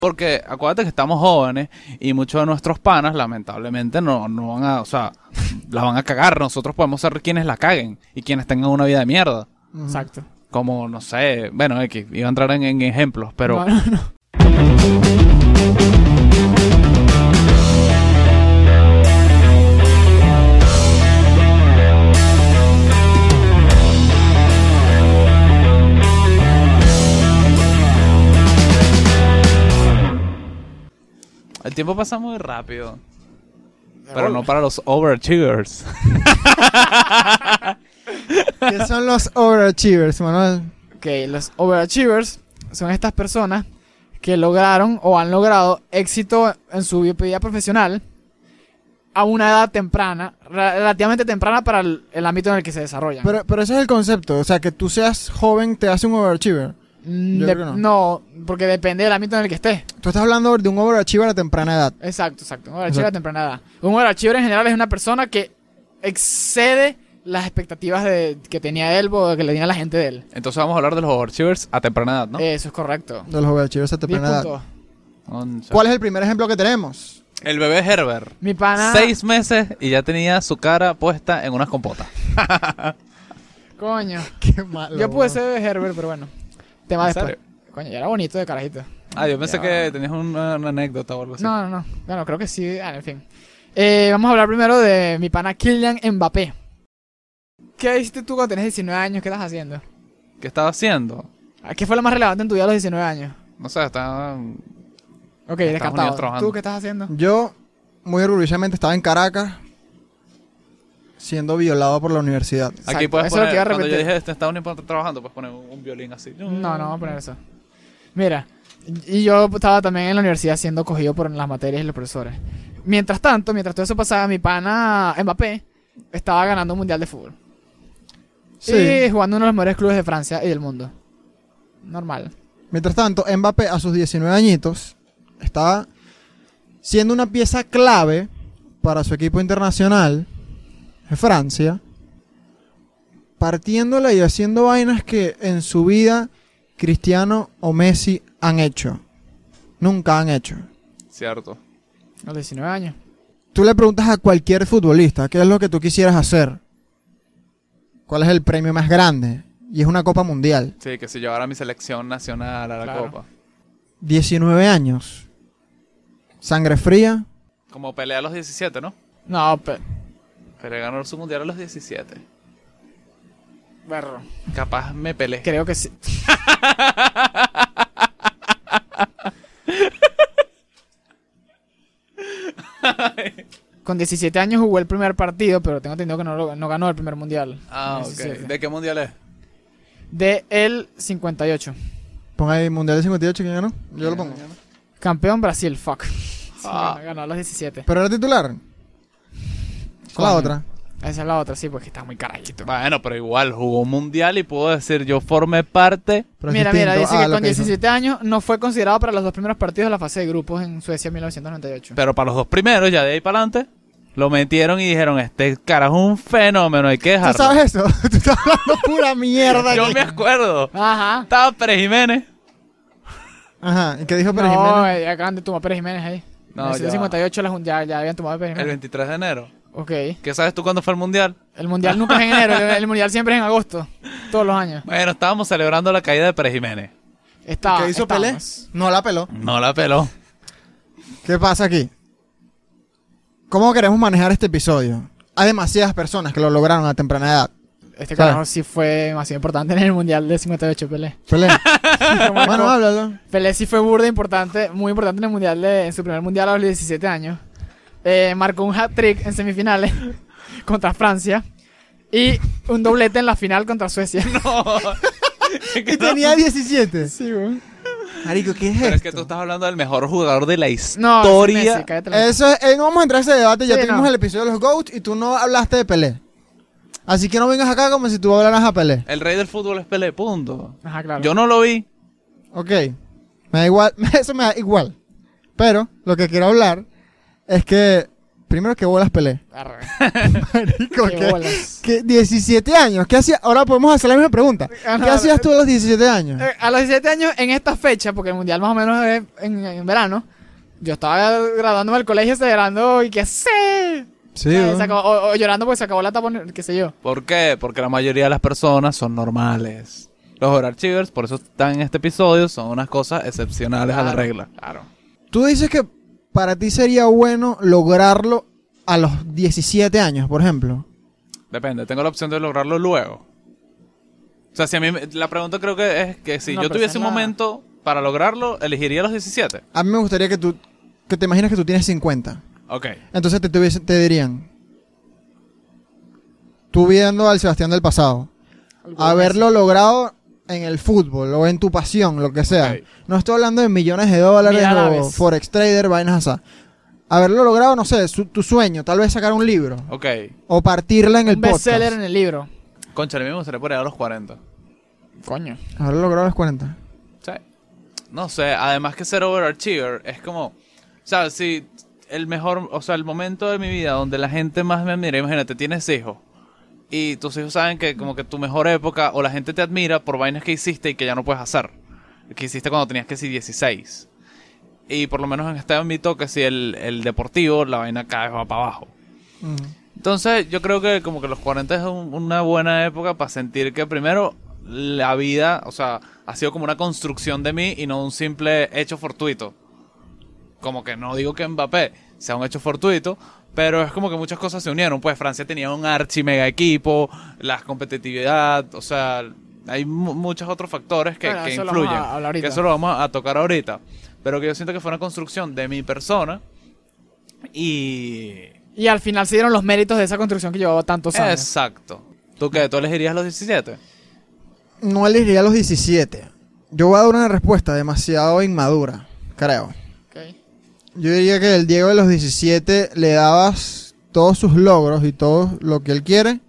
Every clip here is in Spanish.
Porque acuérdate que estamos jóvenes y muchos de nuestros panas lamentablemente no van a, o sea, la van a cagar. Nosotros podemos ser quienes la caguen y quienes tengan una vida de mierda. Exacto. Como, no sé, bueno, iba a entrar en ejemplos, pero... No. El tiempo pasa muy rápido. Pero no para los overachievers. ¿Qué son los overachievers, Manuel? Ok, los overachievers son estas personas que lograron o han logrado éxito en su vida profesional a una edad temprana, relativamente temprana para el ámbito en el que se desarrollan. Pero ese es el concepto. O sea, que tú seas joven te hace un overachiever. Yo creo que no. No, porque depende del ámbito en el que estés. Tú estás hablando de un overachiever a temprana edad. Exacto. Un overachiever a temprana edad. Un overachiever en general es una persona que excede las expectativas que tenía él o que le tenía la gente de él. Entonces vamos a hablar de los overachievers a temprana edad, ¿no? Eso es correcto. De los overachievers a 10 temprana edad. puntos. 11. ¿Cuál es el primer ejemplo que tenemos? El bebé Herbert. Mi pana... 6 meses y ya tenía su cara puesta en unas compotas. Coño. Qué malo. Yo pude ser de Herbert, pero bueno. Tema ¿En después. serio? Coño, ya era bonito de carajito. Yo pensé Ya. que tenías una anécdota o algo así. No. Bueno, creo que sí. En fin. Vamos a hablar primero de mi pana Kylian Mbappé. ¿Qué hiciste tú cuando tenés 19 años? ¿Qué estás haciendo? ¿Qué estaba haciendo? ¿Qué fue lo más relevante en tu vida a los 19 años? No sé, estaba... Ok, Estados Unidos descartado. trabajando. ¿Tú qué estás haciendo? Yo, muy orgullosamente, estaba en Caracas siendo violado por la universidad. Aquí Exacto, puedes eso es lo que poner, iba a cuando yo repetir. dije Estados Unidos trabajando, puedes poner un violín así. No, vamos a poner eso. Mira, y yo estaba también en la universidad siendo cogido por las materias y los profesores. Mientras todo eso pasaba, mi pana Mbappé estaba ganando un mundial de fútbol. Sí. Y jugando en uno de los mejores clubes de Francia y del mundo. Normal. Mientras tanto, Mbappé, a sus 19 añitos, estaba siendo una pieza clave para su equipo internacional de Francia, partiéndola y haciendo vainas que en su vida Cristiano o Messi han hecho. Nunca han hecho. Cierto. A los 19 años. Tú le preguntas a cualquier futbolista qué es lo que tú quisieras hacer. ¿Cuál es el premio más grande? Y es una Copa Mundial. Sí, que si llevara mi selección nacional a la Claro. Copa. 19 años. Sangre fría. Como pelea a los 17, ¿no? No, Pero ganó su mundial a los 17. perro. Capaz me peleé. Creo que sí. Con 17 años jugó el primer partido, pero tengo entendido que no ganó el primer mundial. Ok. 17. ¿De qué mundial es? De el 58. Pon ahí Mundial de 58, ¿quién ganó? Yo lo pongo. Campeón Brasil, fuck. Sí, Ah. ganó a los 17. ¿Pero era titular? ¿Cuál la Coño. otra? Esa es la otra, sí, porque está muy carajito. Bueno, pero igual jugó un mundial y puedo decir, yo formé parte. Pero es Mira, distinto dice a que lo con que hizo. 17 años no fue considerado para los dos primeros partidos de la fase de grupos en Suecia en 1998. Pero para los dos primeros, ya de ahí para adelante, lo metieron y dijeron, este carajo es un fenómeno, hay que ¿Tú dejarlo. sabes eso? Tú estás hablando pura mierda Yo aquí. me acuerdo. Ajá. Estaba Pérez Jiménez. Ajá, ¿y qué dijo Pérez No, Jiménez? acaban de tomar Pérez Jiménez ahí. No, en el ya. 58 ya habían tomado a Pérez El Jiménez. 23 de enero. Ok. ¿Qué sabes tú cuándo fue el mundial? El mundial nunca es en enero, el mundial siempre es en agosto. Todos los años. Bueno, estábamos celebrando la caída de Pérez Jiménez. ¿Qué hizo Pelé? Estábamos. No la peló. No la peló. ¿Qué pasa aquí? ¿Cómo queremos manejar este episodio? Hay demasiadas personas que lo lograron a temprana edad. Este ¿Sabes? carajo sí fue demasiado importante en el mundial del 58, Pelé. Pelé. Bueno, háblalo. Pelé sí fue burda importante, muy importante en el mundial en su primer mundial a los 17 años. Marcó un hat-trick en semifinales contra Francia y un doblete en la final contra Suecia. Y tenía 17. Sí, güey. Marico, ¿qué es Pero esto? es que tú estás hablando del mejor jugador de la No, historia. Messi, cállate la- Eso es, no vamos a entrar a ese debate. Ya Sí, tuvimos no. el episodio de los GOAT y tú no hablaste de Pelé. Así que no vengas acá como si tú hablaras a Pelé. El rey del fútbol es Pelé, punto. Ajá, claro. Yo no lo vi. Ok. Me da igual. Eso me da igual. Pero lo que quiero hablar es que Primero, ¿qué bolas Pelé? Arre, Marico, qué bolas. ¿qué? 17 años. ¿Qué hacía? Ahora podemos hacer la misma pregunta. ¿Qué hacías tú a los 17 años? A los 17 años, en esta fecha, porque el mundial más o menos es en verano, yo estaba graduándome del colegio celebrando y qué sé. Sí, O llorando porque se acabó la etapa, qué sé yo. ¿Por qué? Porque la mayoría de las personas son normales. Los overachievers, por eso están en este episodio, son unas cosas excepcionales a la regla. Claro. Tú dices que para ti sería bueno lograrlo a los 17 años, por ejemplo. Depende, tengo la opción de lograrlo luego. O sea, si a mí la pregunta creo que es que si No, yo pero tuviese esa un es la- momento para lograrlo, elegiría los 17. A mí me gustaría que te imagines que tú tienes 50. Ok. Entonces te dirían, tú viendo al Sebastián del pasado, haberlo logrado en el fútbol o en tu pasión, lo que sea. Ok. No estoy hablando de millones de dólares Mil o árabes. forex trader, vainas así. Haberlo logrado, no sé, tu sueño, tal vez sacar un libro Ok. o partirla en el Un podcast. bestseller en el libro. Concha, a mí me gustaría por ahí a los 40. Coño. Haberlo logrado a los 40. Sí. No sé, además que ser overachiever es como, o sea, si el mejor, o sea, el momento de mi vida donde la gente más me admira, imagínate, tienes hijos y tus hijos saben que como que tu mejor época o la gente te admira por vainas que hiciste y que ya no puedes hacer, que hiciste cuando tenías que ser 16. Y por lo menos en este ámbito, que si el deportivo, la vaina cada vez va para abajo. Entonces, yo creo que como que los 40 es una buena época para sentir que primero la vida, o sea, ha sido como una construcción de mí y no un simple hecho fortuito. Como que no digo que Mbappé sea un hecho fortuito, pero es como que muchas cosas se unieron. Pues Francia tenía un archi mega equipo, la competitividad, o sea, hay muchos otros factores que Bueno, eso lo influyen. vamos a hablar ahorita. Que eso lo vamos a tocar ahorita. Pero que yo siento que fue una construcción de mi persona y... Y al final se dieron los méritos de esa construcción que llevaba tantos años. Exacto. ¿Tú qué? ¿Tú elegirías los 17? No elegiría a los 17. Yo voy a dar una respuesta demasiado inmadura, creo. Ok. Yo diría que el Diego de los 17 le dabas todos sus logros y todo lo que él quiere.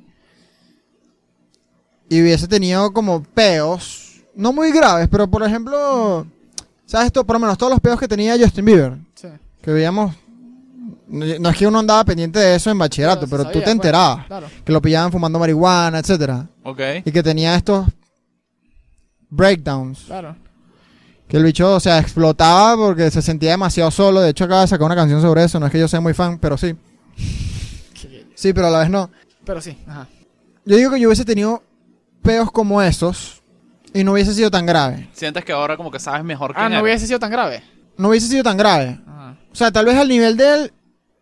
Y hubiese tenido como peos, no muy graves, pero por ejemplo, ¿sabes esto? Por lo menos todos los peos que tenía Justin Bieber, Sí. que veíamos, no es que uno andaba pendiente de eso en bachillerato, pero se tú sabía, te enterabas, pues, claro. que lo pillaban fumando marihuana, etcétera, Ok. y que tenía estos breakdowns. Claro. Que el bicho, o sea, explotaba porque se sentía demasiado solo. De hecho, acaba de sacar una canción sobre eso. No es que yo sea muy fan, pero sí. Sí, pero a la vez no. Pero sí, ajá. Yo digo que yo hubiese tenido peos como esos y no hubiese sido tan grave. ¿Sientes que ahora como que sabes mejor quién Ah, no eres? hubiese sido tan grave. No hubiese sido tan grave. Ajá. O sea, tal vez al nivel de él,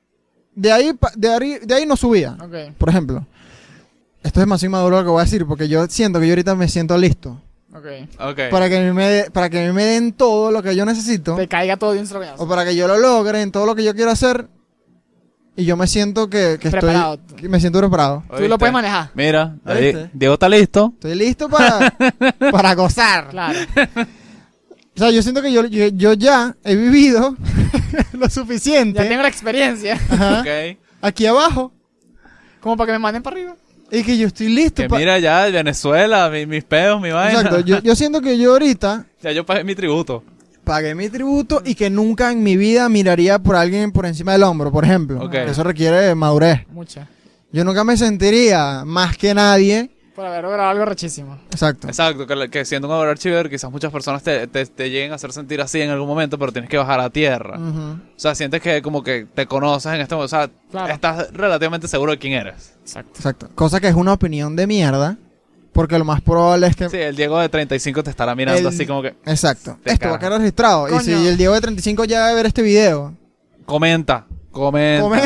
de ahí no subía. Ok, Por ejemplo. Esto es demasiado inmaduro lo que voy a decir porque yo siento que yo ahorita me siento listo. ok. Ok. Para que a mí me den todo lo que yo necesito. Te caiga todo de un solo coñazo. O para que yo lo logre en todo lo que yo quiero hacer. Y yo me siento que Preparado. que me siento preparado. Tú lo puedes manejar. Mira, ahí, ¿Oíste? Diego está listo. Estoy listo para gozar. Claro. O sea, yo siento que yo ya he vivido lo suficiente Ya tengo la experiencia. ajá, Ok. aquí abajo. Como para que me manden para arriba. Y que yo estoy listo Que mira ya, Venezuela, mis peos, mi vaina. Exacto, yo siento que yo ahorita Ya yo pagué mi tributo. pagué mi tributo y que nunca en mi vida miraría por alguien por encima del hombro, por ejemplo. Ok. Eso requiere madurez. Mucha. Yo nunca me sentiría más que nadie. Por haber logrado algo rechísimo. Exacto. Exacto, que siendo un overachiever quizás muchas personas te lleguen a hacer sentir así en algún momento, pero tienes que bajar a tierra. Ujú. O sea, sientes que como que te conoces en este momento. O sea, Claro. estás relativamente seguro de quién eres. Exacto. Exacto. Cosa que es una opinión de mierda. Porque lo más probable es que... Sí, el Diego de 35 te estará mirando El- así como que... Exacto. Te Esto va a cagas. quedar registrado. Y Coño. si el Diego de 35 ya va a ver este video... Comenta. Come-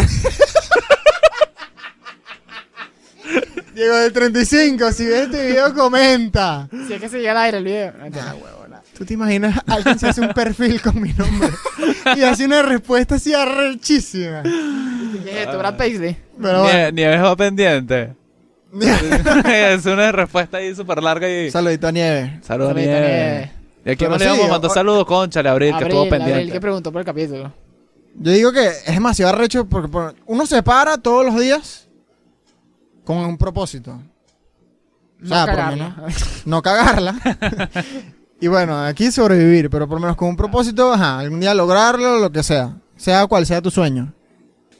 Diego de 35, si ves este video, comenta. Si es que se llega al aire el video. No entiendo, huevona. ¿Tú te imaginas alguien se hace un perfil con mi nombre? Y hace una respuesta así arrechísima. ¿Qué es esto? Brad Paisley. Pero bueno. Nieves va pendiente. Es una respuesta ahí súper larga y... Saludito a Nieve. Saludos, Saludito, Nieves. Nieves. Y aquí Pero no le sí, vamos a mandar saludos, conchale, Abril, que estuvo pendiente. Abril, que preguntó por el capítulo. Yo digo que es demasiado arrecho porque uno se para todos los días con un propósito. O sea, por lo cagarla. menos no cagarla. Y bueno, aquí sobrevivir, pero por lo menos con un propósito, ajá, algún día lograrlo, lo que sea. Sea cual sea tu sueño.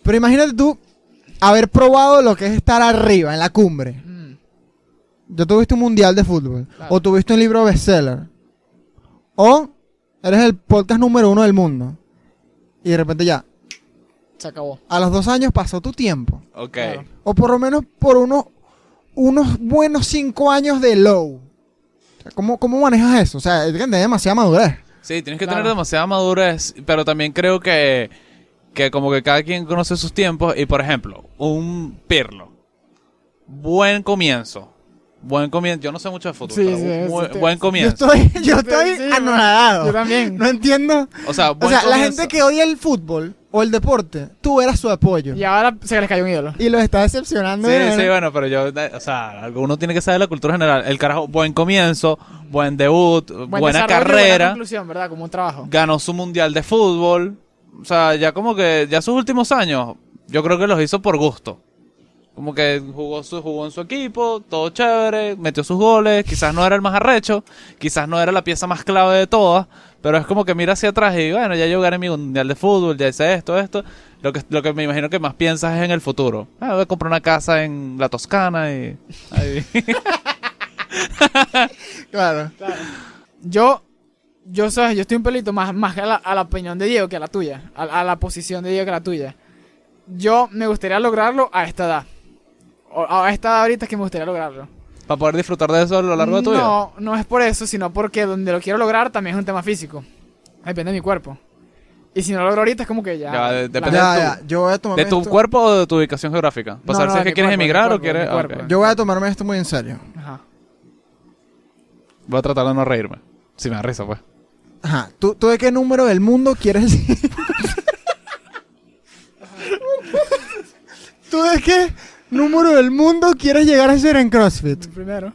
Pero imagínate tú haber probado lo que es estar arriba, en la cumbre. Ya tuviste un mundial de fútbol. Claro. O tuviste un libro bestseller. O eres el podcast número 1 del mundo. Y de repente ya, Se acabó. a los 2 años pasó tu tiempo. Ok. Claro. O por lo menos por unos buenos 5 años de low. O sea, ¿cómo manejas eso? O sea, hay que tener demasiada madurez. Sí, tienes que Claro. tener demasiada madurez, pero también creo que como que cada quien conoce sus tiempos y, por ejemplo, un Pirlo. Buen comienzo. Yo no sé mucho de fútbol, Sí, pero sí, sí. buen Yo comienzo. estoy Sí, anonadado. yo también. No entiendo. O sea, O buen sea, la comienzo. gente que odia el fútbol o el deporte, tú eras su apoyo. Y ahora se les cayó un ídolo. Y los estás decepcionando. Sí, de sí, bueno, pero yo, o sea, uno tiene que saber la cultura general. El carajo, buen comienzo, buen debut, Buen buena desarrollo y buena carrera, conclusión, ¿verdad? Como un trabajo. ganó su mundial de fútbol. O sea, ya como que, ya sus últimos años, yo creo que los hizo por gusto. Como que jugó en su equipo, todo chévere, metió sus goles, quizás no era el más arrecho, quizás no era la pieza más clave de todas, pero es como que mira hacia atrás y bueno, ya yo gané mi mundial de fútbol, ya hice esto. Lo que me imagino que más piensas es en el futuro. Voy a comprar una casa en la Toscana y... ahí. Claro. Yo estoy un pelito más a la opinión de Diego que a la tuya. A la posición de Diego que a la tuya. Yo me gustaría lograrlo a esta edad. A esta edad ahorita es que me gustaría lograrlo. Para poder disfrutar de eso a lo largo de tu vida. No es por eso, sino porque donde lo quiero lograr también es un tema físico. Depende de mi cuerpo. Y si no lo logro ahorita es como que ya... Ya, depende Ya, yo voy a tomarme ¿De tu esto- cuerpo o de tu ubicación geográfica? Para No, saber no, si es de que mi quieres cuerpo, emigrar de o mi quieres... cuerpo, de mi ok. cuerpo. Yo voy a tomarme esto muy en serio. Ajá. Voy a tratar de no reírme. Si me da risa, pues. Ajá. ¿Tú de qué número del mundo quieres? ¿Tú de qué número del mundo quieres llegar a ser en CrossFit? Primero.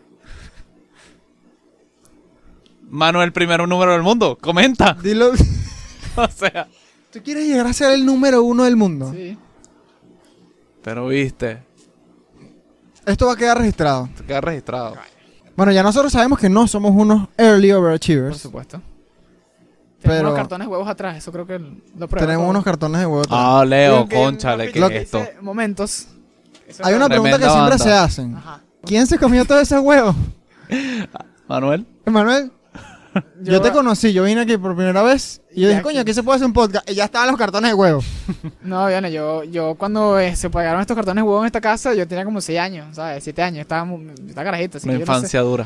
Manuel, primero número del mundo. Comenta. Dilo. O sea. ¿Tú quieres llegar a ser el número 1 del mundo? Sí. Pero viste. Esto va a quedar registrado. Te queda registrado. Bueno, ya nosotros sabemos que no somos unos early Por overachievers. supuesto. Pero- Tenemos unos cartones huevos atrás, eso creo que lo prueba. Tenemos todo. unos cartones de huevo atrás. Ah, Leo, Creo que conchale, un ¿qué Lo es que esto? dice Momentos. Eso Hay es una verdad. pregunta que Tremenda siempre banda. se hacen. Ajá. ¿Quién se comió todo ese huevo? Manuel. Emanuel, yo te conocí, yo vine aquí por primera vez y yo Ya dije, aquí. coño, aquí se puede hacer un podcast. Y ya estaban los cartones de huevo. No, bien, yo cuando se pagaron estos cartones huevos en esta casa, yo tenía como 6 años, ¿sabes? 7 años, estaba carajito. Así Una que yo no sé. infancia dura.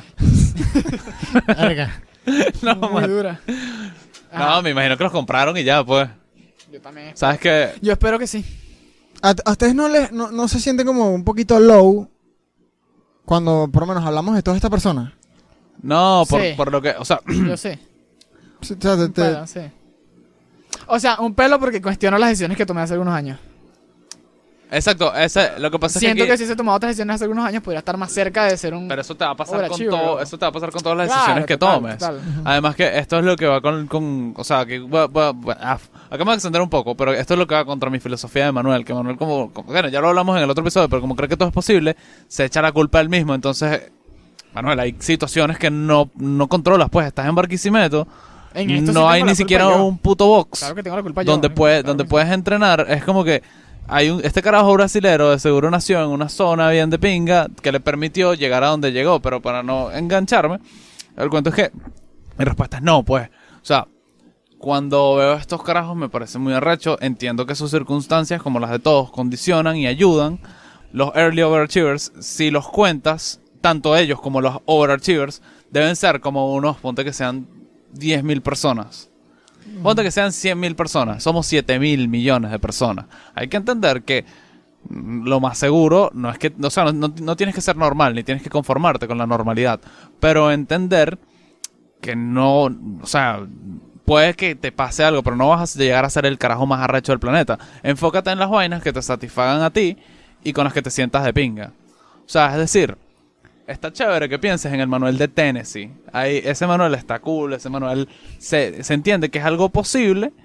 No, Muy man. dura. Ajá. No, me imagino que los compraron y ya, pues. Yo también. ¿Sabes qué? Yo espero que sí. ¿A ustedes no se sienten como un poquito low cuando por lo menos hablamos de toda esta persona? No, Sí. por lo que... O sea, Yo sé. O sea, Un pelo, sí. O sea, un pelo porque cuestiono las decisiones que tomé hace algunos años. exacto. Lo que pasa Siento es que si se tomado otras decisiones hace algunos años, podría estar más cerca de ser un... Pero eso te va a pasar con Overachiever, todo... ¿no? Eso te va a pasar con todas las Claro, decisiones que total, tomes. total. Además que esto es lo que va con o sea, que acá me voy a extender un poco, pero esto es lo que va contra mi filosofía de Manuel, que Manuel bueno, ya lo hablamos en el otro episodio, pero como cree que todo es posible, se echa la culpa él mismo. Entonces, Manuel, hay situaciones que no controlas, pues estás en Barquisimeto, En esto sí no tengo hay la ni culpa siquiera yo. un puto box Claro que tengo la culpa yo. donde Claro donde que sí. puedes entrenar. Es como que hay este carajo brasilero de seguro nació en una zona bien de pinga que le permitió llegar a donde llegó, pero para no engancharme, el cuento es que mi respuesta es no, pues. O sea, cuando veo a estos carajos me parece muy arrecho. Entiendo que sus circunstancias, como las de todos, condicionan y ayudan. Los early overachievers, si los cuentas, tanto ellos como los overachievers, deben ser como unos, ponte que sean 10.000 personas. Ponte que sean 100.000 personas. Somos 7.000 millones de personas. Hay que entender que lo más seguro no es que... O sea, no tienes que ser normal, ni tienes que conformarte con la normalidad. Pero entender que no... O sea, puede que te pase algo, pero no vas a llegar a ser el carajo más arrecho del planeta. Enfócate en las vainas que te satisfagan a ti y con las que te sientas de pinga. O sea, es decir... Está chévere que pienses en el Manuel de Tennessee. Ahí, ese Manuel está cool, ese Manuel se entiende que es algo posible,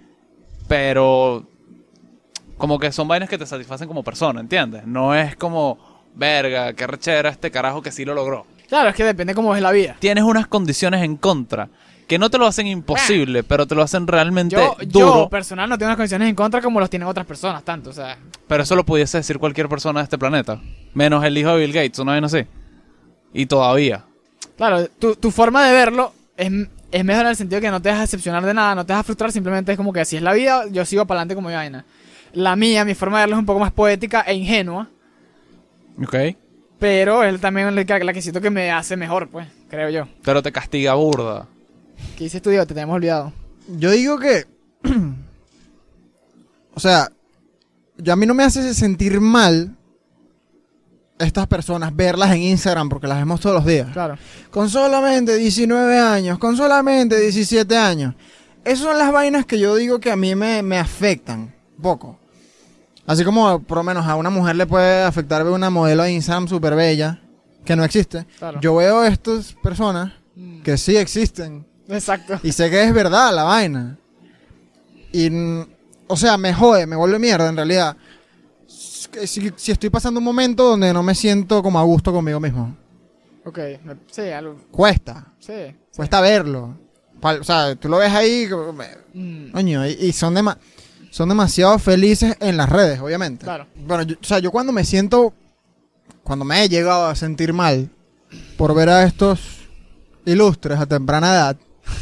pero como que son vainas que te satisfacen como persona, ¿entiendes? No es como, verga, qué rechera este carajo que sí lo logró. Claro, es que depende cómo es la vida. Tienes unas condiciones en contra que no te lo hacen imposible, pero te lo hacen realmente Yo duro. personal no tengo unas condiciones en contra como los tienen otras personas, tanto, o sea. Pero eso lo pudiese decir cualquier persona de este planeta. Menos el hijo de Bill Gates, una vez no sé. Y todavía. Claro, tu forma de verlo es mejor en el sentido que no te dejas decepcionar de nada, no te dejas frustrar, simplemente es como que así es la vida, yo sigo para adelante como mi vaina. La mía, mi forma de verlo es un poco más poética e ingenua, Ok. pero es también la que siento que me hace mejor, pues, creo yo. Pero te castiga burda. ¿Qué dices tú, Diego? Te tenemos olvidado. Yo digo que... o sea, a mí no me hace sentir mal estas personas, verlas en Instagram, porque las vemos todos los días. Claro. Con solamente 19 años, con solamente 17 años. Esas son las vainas que yo digo que a mí me afectan un poco. Así como por lo menos a una mujer le puede afectar ver una modelo de Instagram súper bella, que no existe. Claro. Yo veo a estas personas que sí existen. Exacto. Y sé que es verdad la vaina. Y, o sea, me jode, me vuelve mierda en realidad. Si estoy pasando un momento donde no me siento como a gusto conmigo mismo. Ok, sí, algo. Cuesta. Sí. Cuesta verlo. O sea, tú lo ves ahí, coño, y son demasiado felices en las redes, obviamente. Claro. Bueno, yo cuando me he llegado a sentir mal por ver a estos ilustres a temprana edad,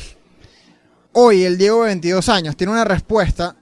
hoy el Diego de 22 años tiene una respuesta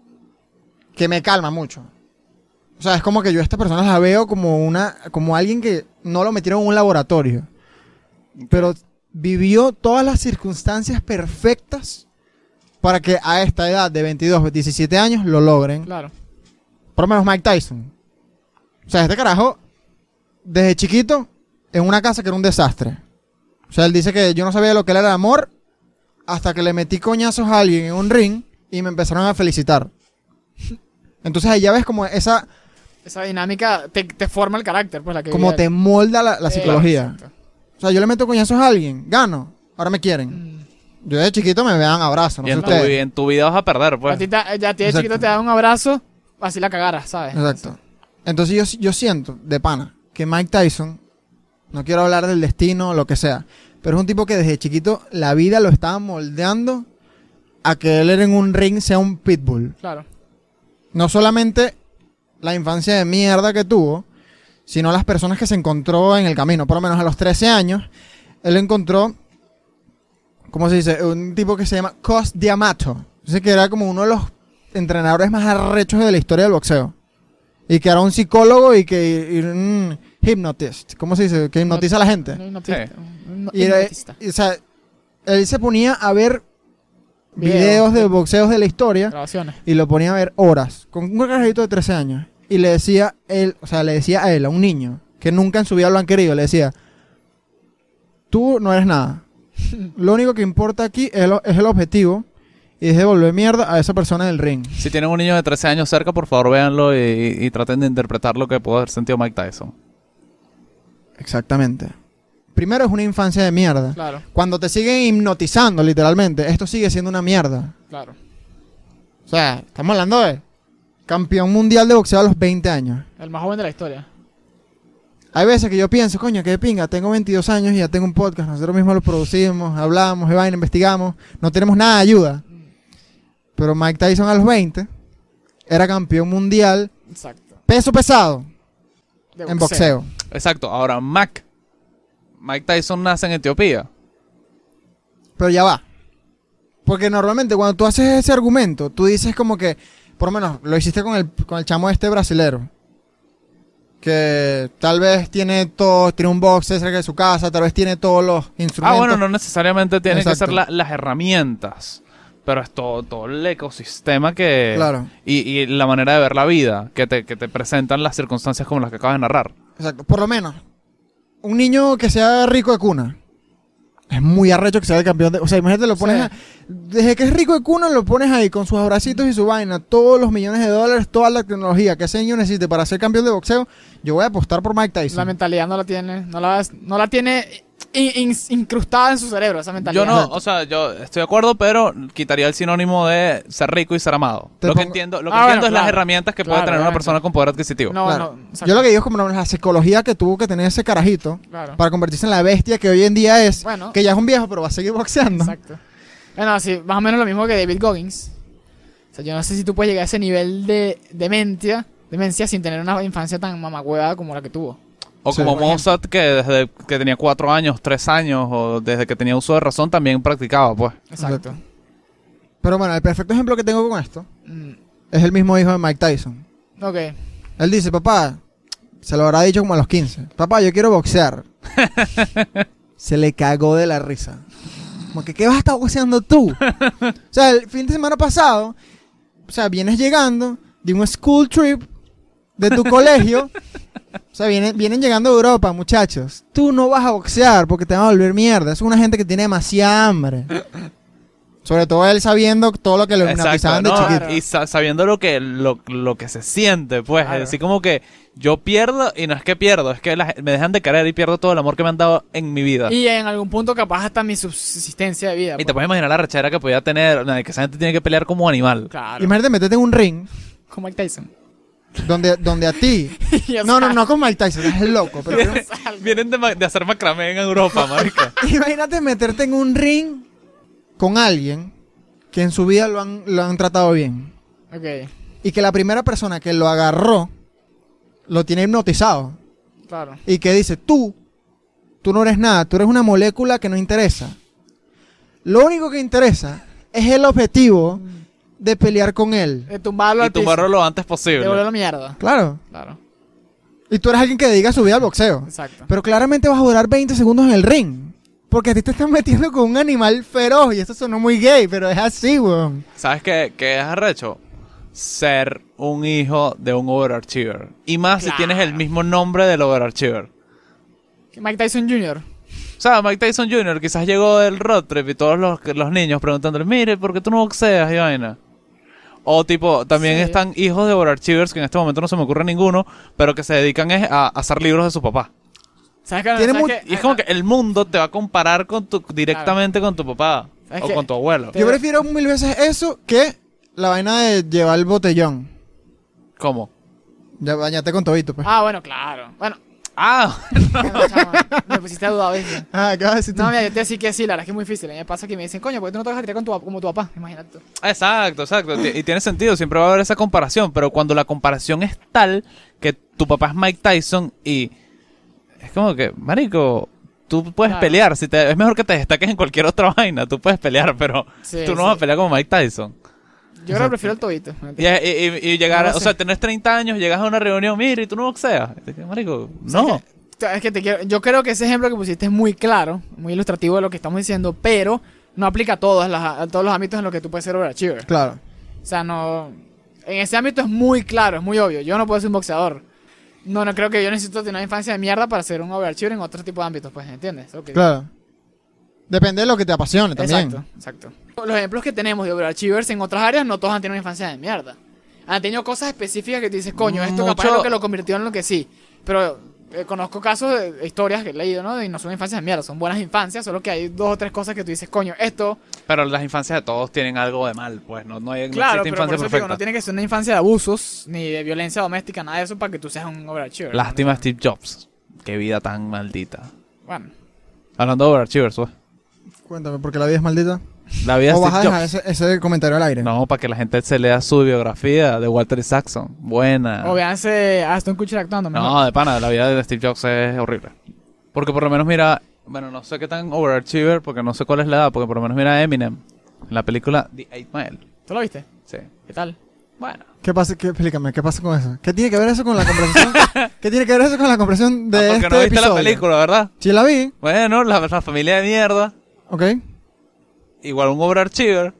que me calma mucho. O sea, es como que yo a esta persona la veo como alguien que no lo metieron en un laboratorio, pero vivió todas las circunstancias perfectas para que a esta edad de 22, 17 años lo logren. Claro. Por lo menos Mike Tyson. O sea, este carajo, desde chiquito, en una casa que era un desastre. O sea, él dice que yo no sabía lo que era el amor hasta que le metí coñazos a alguien en un ring y me empezaron a felicitar. Entonces ahí ya ves como esa dinámica te forma el carácter, pues la que como vive te él. molda la psicología. Exacto. O sea, yo le meto coñazos a alguien, gano, ahora me quieren. Yo de chiquito me dan abrazos, no Y sé en ustedes. en tu vida vas a perder, pues. A ti ya de Exacto. chiquito te da un abrazo, así la cagaras, ¿sabes? Exacto. Entonces yo siento, de pana, que Mike Tyson, no quiero hablar del destino, lo que sea, pero es un tipo que desde chiquito la vida lo estaba moldeando a que él en un ring sea un pitbull. Claro. No solamente la infancia de mierda que tuvo, sino las personas que se encontró en el camino. Por lo menos a los 13 años, él encontró, ¿cómo se dice? Un tipo que se llama Cus D'Amato. Dice que era como uno de los entrenadores más arrechos de la historia del boxeo. Y que era un psicólogo y un hypnotist. ¿Cómo se dice? Que hipnotiza a la gente. Un hipnotista. Sí. Un Y era- hipnotista. o sea, él se ponía a ver Videos videos de de- boxeos de la historia Grabaciones. y lo ponía a ver horas con un carajito de 13 años. Y le decía a él, a un niño que nunca en su vida lo han querido, le decía: tú no eres nada. Lo único que importa aquí es el objetivo y es devolver mierda a esa persona del ring. Si tienen un niño de 13 años cerca, por favor véanlo y traten de interpretar lo que pudo haber sentido Mike Tyson. Exactamente. Primero es una infancia de mierda. Claro, Cuando te siguen hipnotizando, literalmente, esto sigue siendo una mierda. claro. O sea, estamos hablando de campeón mundial de boxeo a los 20 años. El más joven de la historia. Hay veces que yo pienso, coño, qué pinga, tengo 22 años y ya tengo un podcast, nosotros mismos lo producimos, hablamos, de vaina, investigamos, no tenemos nada de ayuda. Pero Mike Tyson a los 20 era campeón mundial, Exacto. peso pesado, De en boxeo. Exacto. Ahora, Mike Tyson nace en Etiopía. Pero ya va. Porque normalmente cuando tú haces ese argumento, tú dices como que, por lo menos, lo hiciste con el chamo este brasilero. Que tal vez tiene un box cerca de su casa, tal vez tiene todos los instrumentos. Ah, bueno, no necesariamente tiene que Exacto. ser las herramientas. Pero es todo el ecosistema que... Claro. Y la manera de ver la vida que te presentan las circunstancias como las que acabas de narrar. Exacto. Por lo menos, un niño que sea rico de cuna, es muy arrecho que sea el campeón de... O sea, imagínate, lo pones... Sí. Desde que es rico de cuna, lo pones ahí con sus abracitos y su vaina, todos los millones de dólares, toda la tecnología que ese niño necesite para ser campeón de boxeo. Yo voy a apostar por Mike Tyson. La mentalidad no la tiene, no la tiene incrustada en su cerebro, esa mentalidad. Yo no, o sea, yo estoy de acuerdo, pero quitaría el sinónimo de ser rico y ser amado. Te Lo que pongo- entiendo bueno, es las claro. herramientas que puede Claro, tener una obviamente. persona con poder adquisitivo. No, Claro. no. Exacto. Yo lo que digo es como la psicología que tuvo que tener ese carajito Claro. para convertirse en la bestia que hoy en día es, Bueno. que ya es un viejo, pero va a seguir boxeando. Exacto. Bueno, sí, más o menos lo mismo que David Goggins. O sea, yo no sé si tú puedes llegar a ese nivel de demencia sin tener una infancia tan mamacueva como la que tuvo. O Sí, como por Mozart, que desde que tenía 4 años, 3 años, o desde que tenía uso de razón, también practicaba, pues. Exacto. Pero bueno, el perfecto ejemplo que tengo con esto Mm, es el mismo hijo de Mike Tyson. ok. Él dice, papá, se lo habrá dicho como a los 15. Papá, yo quiero boxear. Se le cagó de la risa. Como que, ¿qué vas a estar boxeando tú? O sea, el fin de semana pasado, o sea, vienes llegando de un school trip de tu colegio. O sea, vienen llegando de Europa, muchachos. Tú no vas a boxear porque te van a volver mierda. Es una gente que tiene demasiada hambre. Sobre todo él sabiendo todo lo que le hipnotizaban de ¿no? chiquito. Y sabiendo lo que se siente, pues. Claro. Es así como que yo pierdo, y no es que pierdo, es que me dejan de querer y pierdo todo el amor que me han dado en mi vida. Y en algún punto capaz hasta mi subsistencia de vida. Y te pues. puedes imaginar la rechera que podía tener, que esa gente tiene que pelear como animal. Claro. Imagínate meterte en un ring Con Mike Tyson. donde a ti... Y, o No, sea, no con Mike Tyson, es loco. Pero Vienen de hacer macramé en Europa, marica. imagínate meterte en un ring con alguien que en su vida lo han tratado bien. Ok, Y que la primera persona que lo agarró lo tiene hipnotizado. claro. Y que dice, tú no eres nada, tú eres una molécula que no interesa. Lo único que interesa es el objetivo de pelear con él. De tumbarlo Y al piso. tumbarlo lo antes De posible. volverlo mierda. Claro. Claro, Y tú eres alguien que dedica su vida al boxeo. exacto. Pero claramente vas a durar 20 segundos en el ring. Porque a ti te están metiendo con un animal feroz. Y esto sonó muy gay, pero es así, weón. ¿Sabes qué es arrecho? Ser un hijo de un overachiever. Y más si Claro. tienes el mismo nombre del overachiever. Mike Tyson Jr. O sea, Mike Tyson Jr. quizás llegó del road trip y todos los niños preguntándole, mire, ¿por qué tú no boxeas y vaina? O tipo, también Sí. están hijos de overachievers, que en este momento no se me ocurre ninguno, pero que se dedican a hacer libros de su papá. ¿Sabes qué? Tiene ¿Sabes mu- qué? Y es como que el mundo te va a comparar directamente con tu papá. ¿Sabes O qué? con tu abuelo. Pero- Yo prefiero 1000 veces eso que la vaina de llevar el botellón. ¿Cómo? Ya bañate con tobito, pues. Ah, bueno, claro. Bueno, Ah, no, chamo, me pusiste a dudar, ¿viste? Ah, ¿qué vas a decir tú? No, mira, yo te decía que sí, la verdad es que es muy difícil. A mí me pasa que me dicen, coño, ¿por qué tú no te vas a tirar como tu papá? Imagínate tú. exacto. Y tiene sentido, siempre va a haber esa comparación, pero cuando la comparación es tal que tu papá es Mike Tyson y es como que, marico, tú puedes Claro. pelear, es mejor que te destaques en cualquier otra vaina, tú puedes pelear, pero Sí, tú no sí. vas a pelear como Mike Tyson. Yo creo que prefiero el tobito. Y llegar, No lo o sea, sé. tenés 30 años, llegas a una reunión, mira, y tú no boxeas. Y te dices, marico, no. Es que te quiero, yo creo que ese ejemplo que pusiste es muy claro, muy ilustrativo de lo que estamos diciendo, pero no aplica a todos los ámbitos en los que tú puedes ser overachiever. Claro. O sea, no. En ese ámbito es muy claro, es muy obvio. Yo no puedo ser un boxeador. No creo que yo necesito tener una infancia de mierda para ser un overachiever en otro tipo de ámbitos, pues, ¿entiendes? Ok. Claro. Depende de lo que te apasione también. Exacto. Los ejemplos que tenemos de overachievers en otras áreas, no todos han tenido una infancia de mierda. Han tenido cosas específicas que tú dices, coño, esto capaz es lo que lo convirtió en lo que sí. Pero conozco casos de historias que he leído, ¿no? Y no son infancias de mierda, son buenas infancias, solo que hay 2 o 3 cosas que tú dices, coño, esto. Pero las infancias de todos tienen algo de mal, pues, no Claro, existe pero por infancia eso digo, perfecta. no tiene que ser una infancia de abusos, ni de violencia doméstica, nada de eso para que tú seas un overachiever. Lástima a ¿no? Steve Jobs. Qué vida tan maldita. Bueno, Hablando de overachievers, pues. Cuéntame, ¿por qué la vida es maldita? La vida ¿O de vas a Steve dejar Jobs. ese comentario al aire? No, para que la gente se lea su biografía de Walter Isaacson. Buena. o véanse a Aston Kutcher actuando, mejor. No, de pana, la vida de Steve Jobs es horrible. Porque por lo menos mira, bueno, no sé qué tan overachiever, porque no sé cuál es la edad, porque por lo menos mira a Eminem en la película The 8 Mile. ¿Tú lo viste? Sí. ¿Qué tal? Bueno. ¿Qué pasa? Explícame, ¿qué pasa con eso? ¿Qué tiene que ver eso con la conversación? ¿Qué tiene que ver eso con la conversación de porque este no viste episodio? la película, ¿verdad? Sí la vi, Bueno, la familia de mierda. ok. Igual un overachiever.